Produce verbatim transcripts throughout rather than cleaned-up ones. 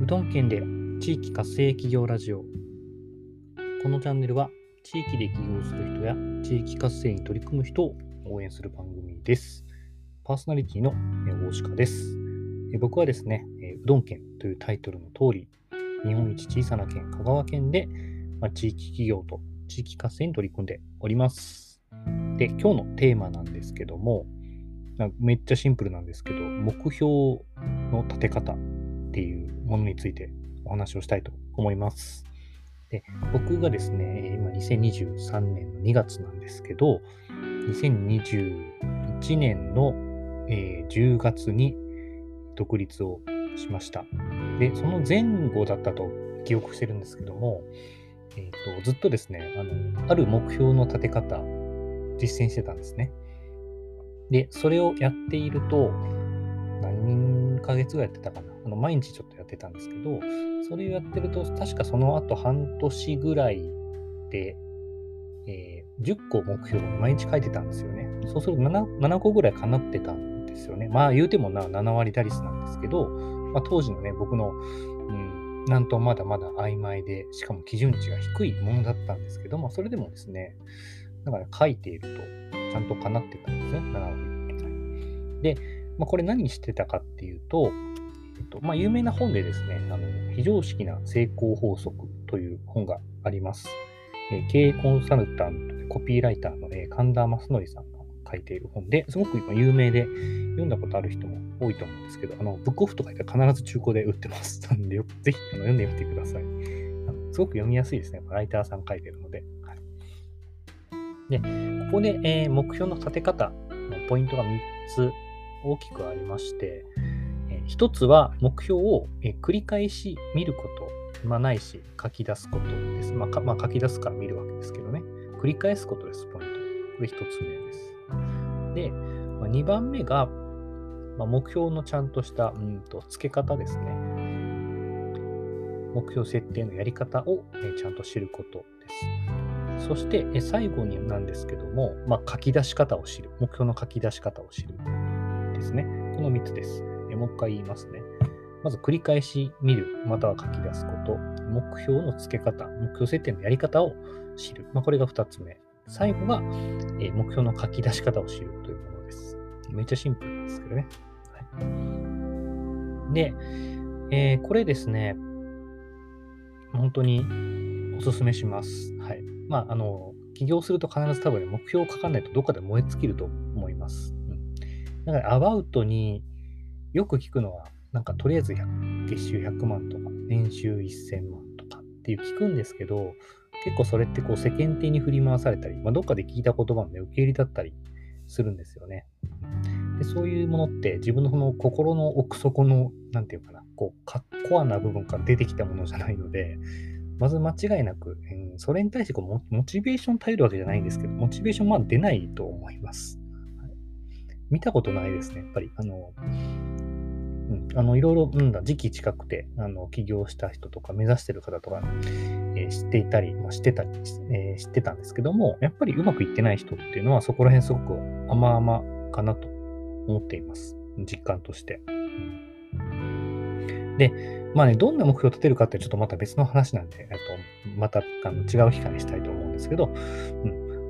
どん県で地域活性企業ラジオ。このチャンネルは地域で起業する人や地域活性に取り組む人を応援する番組です。パーソナリティの大鹿です。僕はですね、うどん県というタイトルの通り、日本一小さな県、香川県で、まあ、地域企業と地域活性に取り組んでおります。で、今日のテーマなんですけども、めっちゃシンプルなんですけど、目標の立て方っていうものについてお話をしたいと思います。で、僕がですね、今にせんにじゅうさんねんのにがつなんですけど、にせんにじゅういちねんの、えー、じゅうがつに独立をしました。で、その前後だったと記憶してるんですけども、えーと、ずっとですね、あの、ある目標の立て方、実践してたんですね。で、それをやっていると、何ヶ月ぐらいやってたかな。あの毎日ちょっとやってたんですけど、それをやってると、確かその後半年ぐらいで、えー、じゅっこ目標を毎日書いてたんですよね。そうすると 7, 7個ぐらい叶ってたんですよね。まあ言うてもなななわり打率なんですけど、まあ、当時のね、僕の、うん、なんとまだまだ曖昧で、しかも基準値が低いものだったんですけども、それでもですね、だから書いているとちゃんと叶ってたんですね、ななわり。で、まあ、これ何してたかっていうと、えっとまあ、有名な本でですね、あの非常識な成功法則という本があります。えー、経営コンサルタントでコピーライターの、えー、神田正則さんが書いている本で、すごく今有名で読んだことある人も多いと思うんですけど、あのブックオフとかで必ず中古で売ってます。なので、ぜひあの読んでみてください。あのすごく読みやすいですね。ライターさん書いてるので。はい、で、ここで、えー、目標の立て方のポイントがみっつ大きくありまして、えー、ひとつは目標を、えー、繰り返し見ること、まあ、ないし書き出すことです。まあまあ、書き出すから見るわけですけどね。繰り返すことです、ポイント。これひとつめです。で、まあ、にばんめが、まあ、目標のちゃんとしたうんと付け方ですね。目標設定のやり方を、えー、ちゃんと知ることです。そしてえ最後になんですけども、まあ、書き出し方を知る。目標の書き出し方を知るですね。このみっつです。えもう一回言いますね。まず繰り返し見る、または書き出すこと。目標の付け方、目標設定のやり方を知る。まあ、これがふたつめ。最後が、え目標の書き出し方を知るというものです。めっちゃシンプルなんですけどね。はい、で、えー、これですね、本当におすすめします。はい。まあ、あの、起業すると必ず多分、ね、目標を書かないとどっかで燃え尽きると思います。うん、だから、アバウトによく聞くのは、なんかとりあえず月収ひゃくまんとか、年収せんまんとかっていう聞くんですけど、結構それってこう世間体に振り回されたり、まあ、どっかで聞いた言葉の、ね、受け入れだったりするんですよね。でそういうものって自分のその心の奥底の、なんていうかな、こう、コアな部分から出てきたものじゃないので、まず間違いなく、うん、それに対してこうモチベーション耐えるわけじゃないんですけど、モチベーションまあ出ないと思います。はい、見たことないですね、やっぱり。あの、うん、あのいろいろ、うんだ、時期近くて、あの、起業した人とか、目指してる方とか、えー、知っていたり、まあ、知ってたり、えー、知ってたんですけども、やっぱりうまくいってない人っていうのは、そこら辺すごく甘々かなと思っています。実感として。うん、で、まあね、どんな目標を立てるかってちょっとまた別の話なんで、えっと、またあの違う機会にしたいと思うんですけど、うん、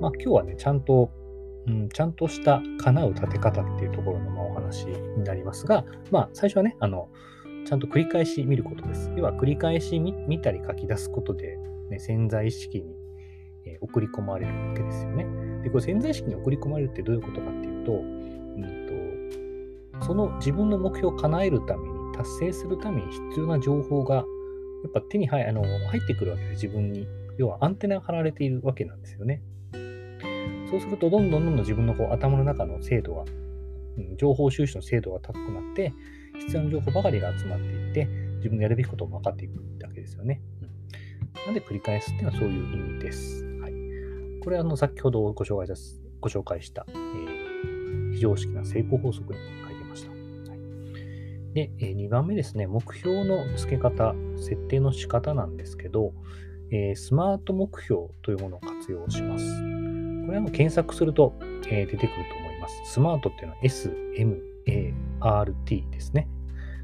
まあ今日はね、ちゃんと、うん、ちゃんとした叶う立て方っていうところのまあお話になりますが、まあ最初はね、あの、ちゃんと繰り返し見ることです。要は繰り返し 見, 見たり書き出すことで、ね、潜在意識に、えー、送り込まれるわけですよね。で、これ潜在意識に送り込まれるってどういうことかっていうと、うんと、その自分の目標を叶えるために、達成するために必要な情報が、やっぱ手に入あの入ってくるわけです、自分に。要はアンテナが張られているわけなんですよね。そうすると、どんどんどんどん自分のこう頭の中の精度が、うん、情報収集の精度が高くなって、必要な情報ばかりが集まっていって、自分のやるべきことも分かっていくわけですよね。うん、なので、繰り返すっていうのはそういう意味です。はい、これはあの先ほどご紹介です、ご紹介した、えー、非常識な成功法則に書いてました。で、えー、にばんめですね、目標の付け方、設定の仕方なんですけど、えー、スマート目標というものを活用します。これは検索すると、えー、出てくると思います。スマートっていうのは エスエムエーアールティー ですね。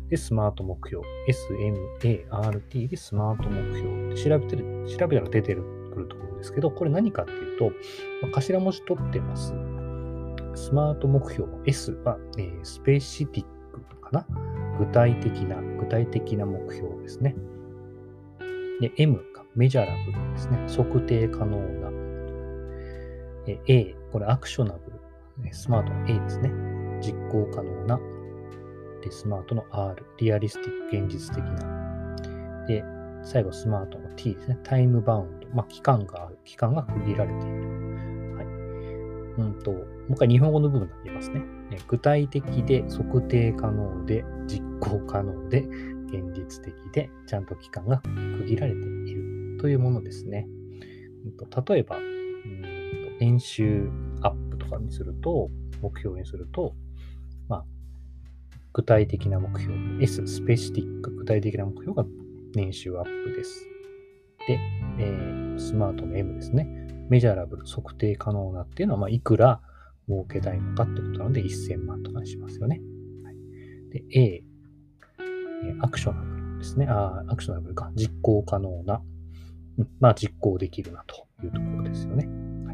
で、スマート目標。エスエムエーアールティー でスマート目標。調べてる、調べたら出てくると思うんですけど、これ何かっていうと、まあ、頭文字取ってます。スマート目標の S は、えー、スペシフィックかな。具体的な、具体的な目標ですね。で、M がメジャラブルですね。測定可能な。え A、これアクショナブル。スマートの A ですね。実行可能な。で、スマートの R、リアリスティック、現実的な。で、最後スマートの T ですね。タイムバウンド。まあ、期間がある。期間が区切られている。はい。うんと、もう一回日本語の部分だけ言いますね。具体的で測定可能で実行可能で現実的でちゃんと期間が区切られているというものですね。例えば、うんと年収アップとかにすると、目標にすると、まあ、具体的な目標、S、スペシフィック、具体的な目標が年収アップです。で、えー、スマートの M ですね。メジャラブル、測定可能なっていうのは、まあ、いくら儲けたいのかってことなのでせんまんとかにしますよね。はい、で、A、アクショナブルですね。あアクショナブルか。実行可能な。うん、まあ、実行できるなというところですよね。はい、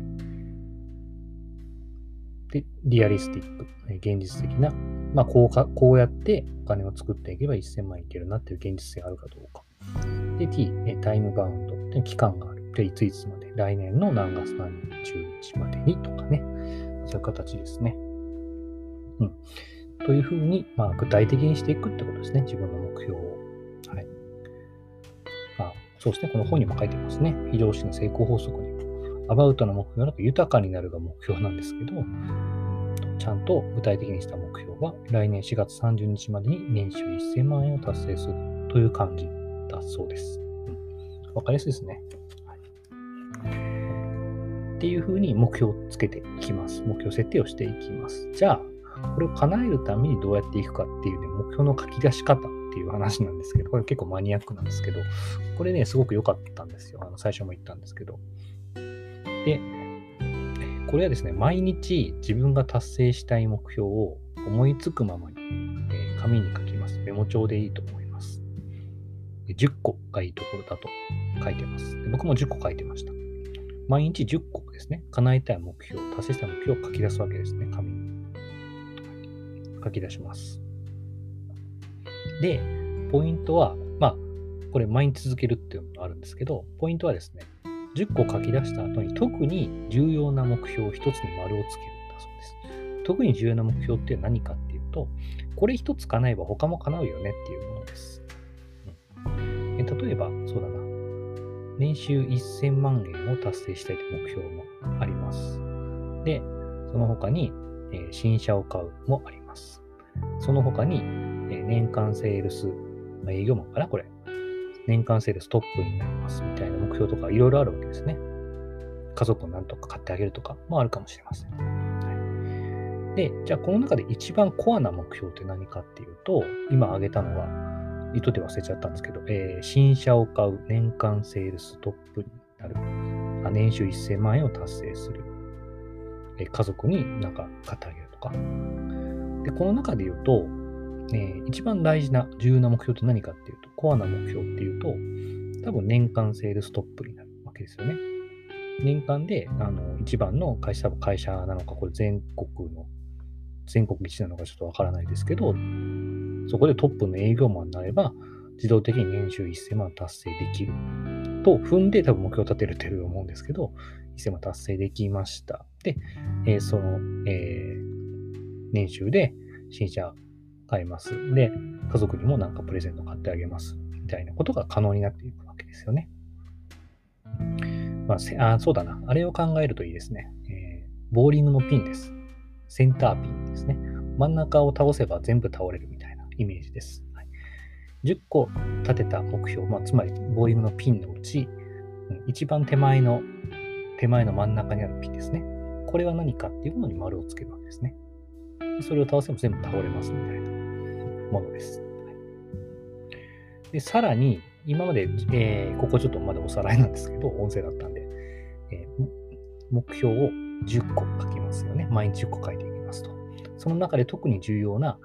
で、リアリスティック、現実的な。まあこうか、こうやってお金を作っていけばせんまんいけるなっていう現実性があるかどうか。で、T、タイムバウンド。で、期間がある。で、いついつまで。来年の何月何日日までにとかね。そういう形ですね。うん。というふうに、まあ、具体的にしていくってことですね。自分の目標を。はい。あ、そうですね。この本にも書いてますね。非常識の成功法則にも。アバウトな目標なく豊かになるが目標なんですけど、ちゃんと具体的にした目標は、来年しがつさんじゅうににちまでに年収せんまんえんを達成するという感じだそうです。うん、わかりやすいですね。はい。っていうふうに目標をつけていきます。目標設定をしていきます。じゃあ、これを叶えるためにどうやっていくかっていうね、目標の書き出し方っていう話なんですけど、これ結構マニアックなんですけど、これね、すごく良かったんですよ。あの最初も言ったんですけど。で、これはですね、毎日自分が達成したい目標を思いつくままに、えー、紙に書きます。メモ帳でいいと思います。じゅっこがいいところだと書いてます。で僕もじゅっこ書いてました。毎日じゅっこですね、叶えたい目標、達成したい目標を書き出すわけですね、紙に。書き出します。で、ポイントは、まあ、これ毎日続けるっていうのがあるんですけど、ポイントはですね、じゅっこ書き出した後に特に重要な目標をひとつに丸をつけるんだそうです。特に重要な目標って何かっていうと、これひとつ叶えば他も叶うよねっていうものです。うん、え例えば、そうだな。年収せんまんえんを達成したいという目標もあります。で、その他に、えー、新車を買うもあります。その他に、えー、年間セールス、まあ、営業マンかなこれ。年間セールストップになりますみたいな目標とかいろいろあるわけですね。家族をなんとか買ってあげるとかもあるかもしれません。はい、で、じゃあこの中で一番コアな目標って何かっていうと、今挙げたのは、意図で忘れちゃったんですけど、えー、新車を買う、年間セールストップになる、あ年収せんまんえんを達成する、えー、家族になんか買ってあげるとか。で、この中で言うと、えー、一番大事な重要な目標って何かっていうと、コアな目標っていうと、多分年間セールストップになるわけですよね。年間であの一番の会社、多分会社なのか、これ全国の、全国一なのかちょっとわからないですけど、そこでトップの営業マンになれば、自動的に年収せんまん達成できると踏んで多分目標を立てるという思うんですけど、せんまん達成できました。で、えー、その、えー、年収で新車買います。で、家族にもなんかプレゼント買ってあげます。みたいなことが可能になっていくわけですよね。まあ、あそうだな。あれを考えるといいですね、えー。ボーリングのピンです。センターピンですね。真ん中を倒せば全部倒れるみたいなイメージです。はい、じゅっこ立てた目標、まあ、つまりボーリングのピンのうち、一番手前の、手前の真ん中にあるピンですね。これは何かっていうものに丸をつけるわけですね。それを倒せば全部倒れますみたいなものです。で、さらに、今まで、えー、ここちょっとまだおさらいなんですけど、音声だったんで、えー、目標をじゅっこ書きますよね。毎日じゅっこ書いていきますと。その中で特に重要な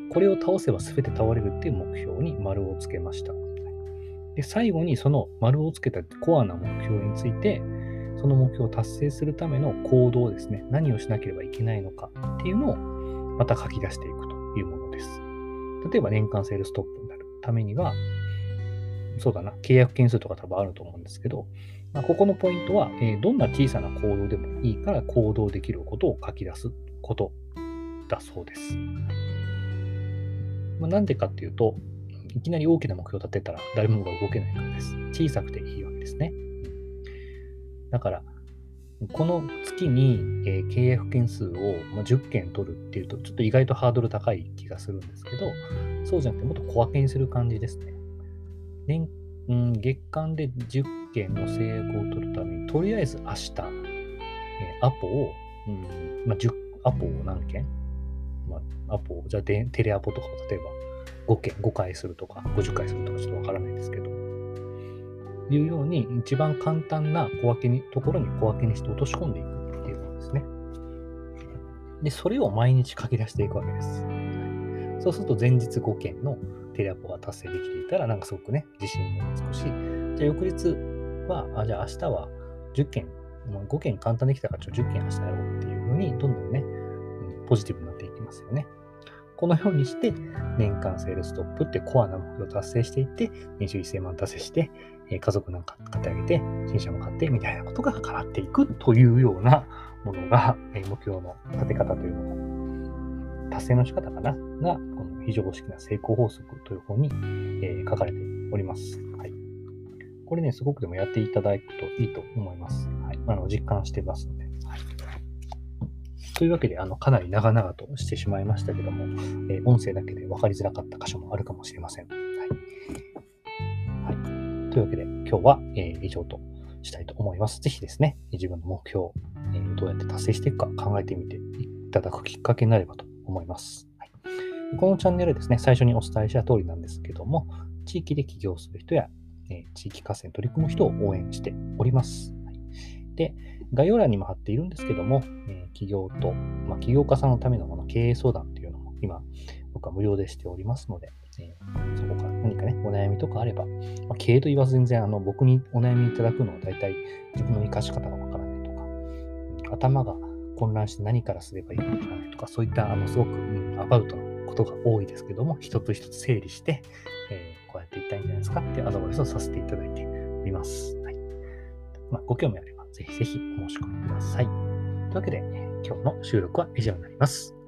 これを倒せば全て倒れるっていう目標に丸をつけました。で、最後にその丸をつけたコアな目標について、その目標を達成するための行動ですね、何をしなければいけないのかっていうのをまた書き出していくというものです。例えば年間セールストップになるためには、そうだな、契約件数とか多分あると思うんですけど、まあ、ここのポイントは、えーどんな小さな行動でもいいから行動できることを書き出すことだそうです。まあ、なんでかっていうと、いきなり大きな目標を立てたら誰もが動けないからです。小さくていいわけですね。だから、この月に、えー契約件数をまあじゅっけん取るっていうと、ちょっと意外とハードル高い気がするんですけど、そうじゃなくてもっと小分けにする感じですね。年うん、月間でじゅっけんの制約を取るために、とりあえず明日、えーアポを、うんまあ、じゅうアポを何件、まあ、アポを、じゃあでテレアポとかを例えばごけん、ごかいするとか、ごじゅっかいするとかちょっとわからないですけど、いうように一番簡単な小分けに、ところに小分けにして落とし込んでいくっていうことですね。で、それを毎日書き出していくわけです。そうすると前日ごけんのテレアポが達成できていたら、なんかすごくね、自信もつくし、じゃあ翌日は、あ、じゃあ明日はじゅっけん、もうごけん簡単できたからちょっとじゅっけん明日やろうっていうふうに、どんどんね、うんポジティブになっていきますよね。このようにして、年間セールストップってコアな目標を達成していって、年収せんまん達成して、えー家族なんか買ってあげて、新車も買ってみたいなことが叶っていくというようなものが、えー目標の立て方というのが、達成の仕方かなが、この非常識な成功法則という本に、えー書かれております。はい。これね、すごくでもやっていただくといいと思います。はい。あの、実感してますので。はい。というわけで、あの、かなり長々としてしまいましたけども、えー音声だけで分かりづらかった箇所もあるかもしれません。はい。はい。というわけで、今日は、えー以上としたいと思います。ぜひですね、自分の目標を、えーどうやって達成していくか考えてみていただくきっかけになればと思います。はい、このチャンネルですね、最初にお伝えした通りなんですけども、地域で起業する人や、えー地域活性に取り組む人を応援しております。はい、で、概要欄にも貼っているんですけども、えー起業と、まあ、起業家さんのためのこの経営相談というのも今、僕は無料でしておりますので、えーそこから何かね、お悩みとかあれば、まあ、経営と言わず全然あの僕にお悩みいただくのは大体自分の活かし方がわからないとか、うん頭が混乱して何からすればいいかわからないとか、そういったあのすごく、うん、アバウトなことが多いですけども、一つ一つ整理して、えーこうやっていったらいいんじゃないですかっていうアドバイスをさせていただいております。はい。まあ、ご興味あれば、ぜひぜひお申し込みください。というわけで、えー今日の収録は以上になります。